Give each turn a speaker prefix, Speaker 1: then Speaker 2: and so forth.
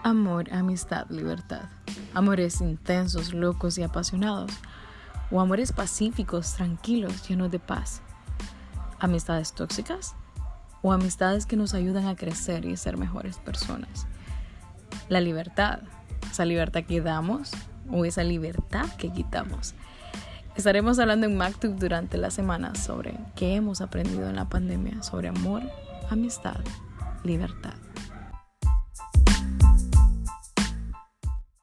Speaker 1: Amor, amistad, libertad. Amores intensos, locos y apasionados. O amores pacíficos, tranquilos, llenos de paz. Amistades tóxicas. O amistades que nos ayudan a crecer y ser mejores personas. La libertad. Esa libertad que damos o esa libertad que quitamos. Estaremos hablando en Maktub durante la semana sobre qué hemos aprendido en la pandemia sobre amor, amistad, libertad.